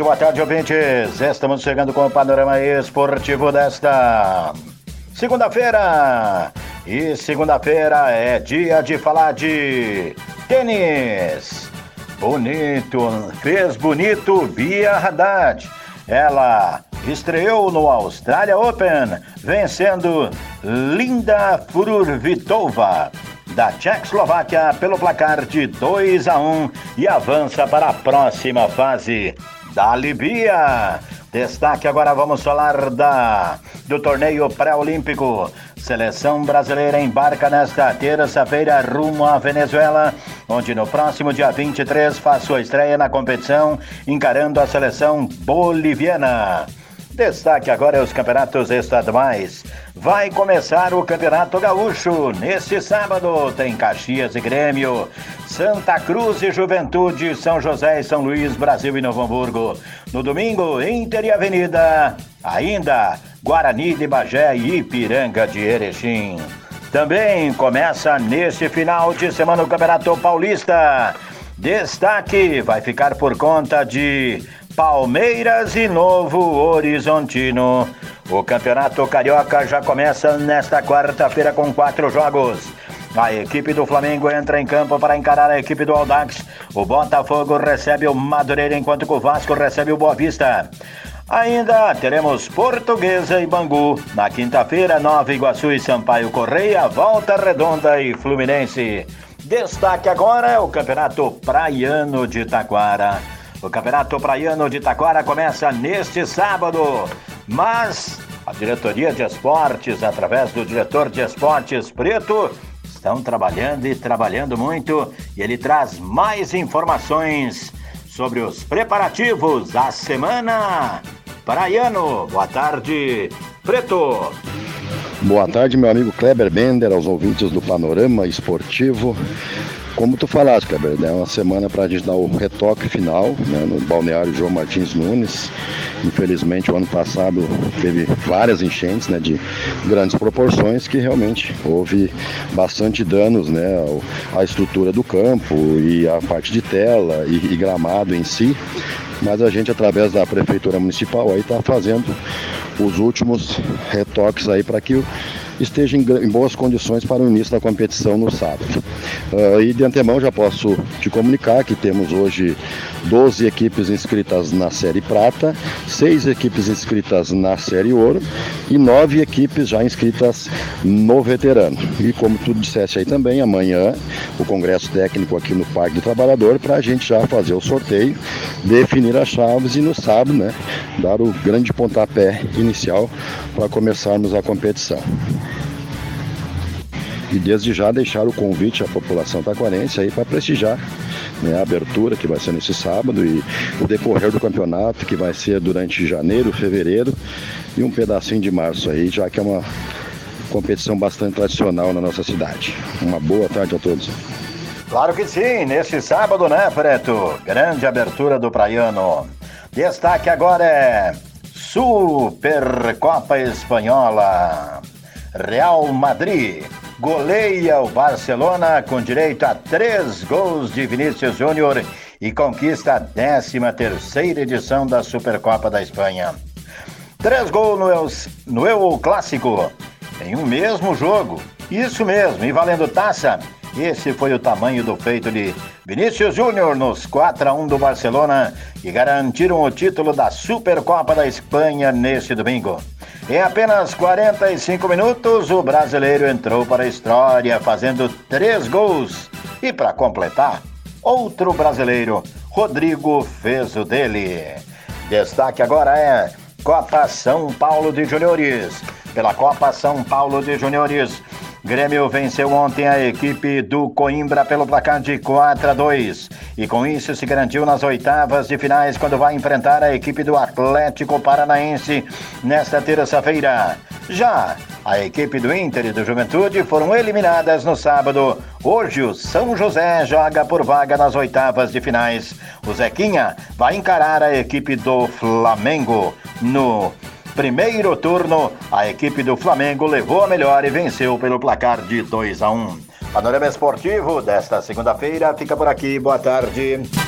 Muito boa tarde, ouvintes. Estamos chegando com o panorama esportivo desta segunda-feira. E segunda-feira é dia de falar de tênis. Fez bonito Bia Haddad. Ela estreou no Australia Open, vencendo Linda Fruhvirtova da Tchecoslováquia pelo placar de 2-1 e avança para a próxima fase. Dali Bia. Destaque agora, vamos falar do torneio pré-olímpico. Seleção brasileira embarca nesta terça-feira rumo à Venezuela, onde no próximo dia 23 faz sua estreia na competição, encarando a seleção boliviana. Destaque agora os campeonatos estaduais. Vai começar o Campeonato Gaúcho. Neste sábado tem Caxias e Grêmio, Santa Cruz e Juventude, São José e São Luís, Brasil e Novo Hamburgo. No domingo, Inter e Avenida. Ainda Guarani de Bagé e Ipiranga de Erechim. Também começa neste final de semana o Campeonato Paulista. Destaque vai ficar por conta de Palmeiras e Novo Horizontino. O Campeonato Carioca já começa nesta quarta-feira com 4 jogos. A equipe do Flamengo entra em campo para encarar a equipe do Audax. O Botafogo recebe o Madureira, enquanto que o Vasco recebe o Boa Vista. Ainda teremos Portuguesa e Bangu. Na quinta-feira, Nova Iguaçu e Sampaio Correia, Volta Redonda e Fluminense. Destaque agora é o Campeonato Praiano de Taquara. O Campeonato Praiano de Taquara começa neste sábado, mas a diretoria de esportes, através do diretor de esportes Preto, estão trabalhando muito, e ele traz mais informações sobre os preparativos da semana Praiano. Boa tarde, Preto. Boa tarde, meu amigo Kleber Bender, aos ouvintes do Panorama Esportivo. Como tu falaste, Kleber, é uma semana para a gente dar o retoque final, né, no balneário João Martins Nunes. Infelizmente, o ano passado teve várias enchentes, né, de grandes proporções, que realmente houve bastante danos, né, à estrutura do campo e à parte de tela e gramado em si. Mas a gente, através da Prefeitura Municipal, aí está fazendo os últimos retoques aí para que esteja em boas condições para o início da competição no sábado. E de antemão já posso te comunicar que temos hoje 12 equipes inscritas na Série Prata, 6 equipes inscritas na Série Ouro e 9 equipes já inscritas no Veterano. E como tu disseste aí também, amanhã o Congresso Técnico aqui no Parque do Trabalhador para a gente já fazer o sorteio, definir as chaves e no sábado, né, dar o grande pontapé inicial para começarmos a competição. E desde já deixar o convite à população taquarense aí para prestigiar, né, a abertura que vai ser nesse sábado e o decorrer do campeonato que vai ser durante janeiro, fevereiro e um pedacinho de março aí, já que é uma competição bastante tradicional na nossa cidade. Uma boa tarde a todos. Claro que sim, nesse sábado, né, Preto? Grande abertura do Praiano. Destaque agora é Supercopa Espanhola. Real Madrid goleia o Barcelona com direito a 3 gols de Vinícius Júnior e conquista a 13ª edição da Supercopa da Espanha. 3 gols no El Clássico em um mesmo jogo. Isso mesmo, e valendo taça. Esse foi o tamanho do feito de Vinícius Júnior nos 4-1 do Barcelona, que garantiram o título da Supercopa da Espanha neste domingo. Em apenas 45 minutos, o brasileiro entrou para a história, fazendo 3 gols. E para completar, outro brasileiro, Rodrigo, fez o dele. Destaque agora é Copa São Paulo de Juniores. Pela Copa São Paulo de Juniores, Grêmio venceu ontem a equipe do Coimbra pelo placar de 4-2 e com isso se garantiu nas oitavas de finais quando vai enfrentar a equipe do Atlético Paranaense nesta terça-feira. Já a equipe do Inter e do Juventude foram eliminadas no sábado. Hoje o São José joga por vaga nas oitavas de finais. O Zequinha vai encarar a equipe do Flamengo. No primeiro turno, a equipe do Flamengo levou a melhor e venceu pelo placar de 2-1. Panorama Esportivo desta segunda-feira fica por aqui. Boa tarde.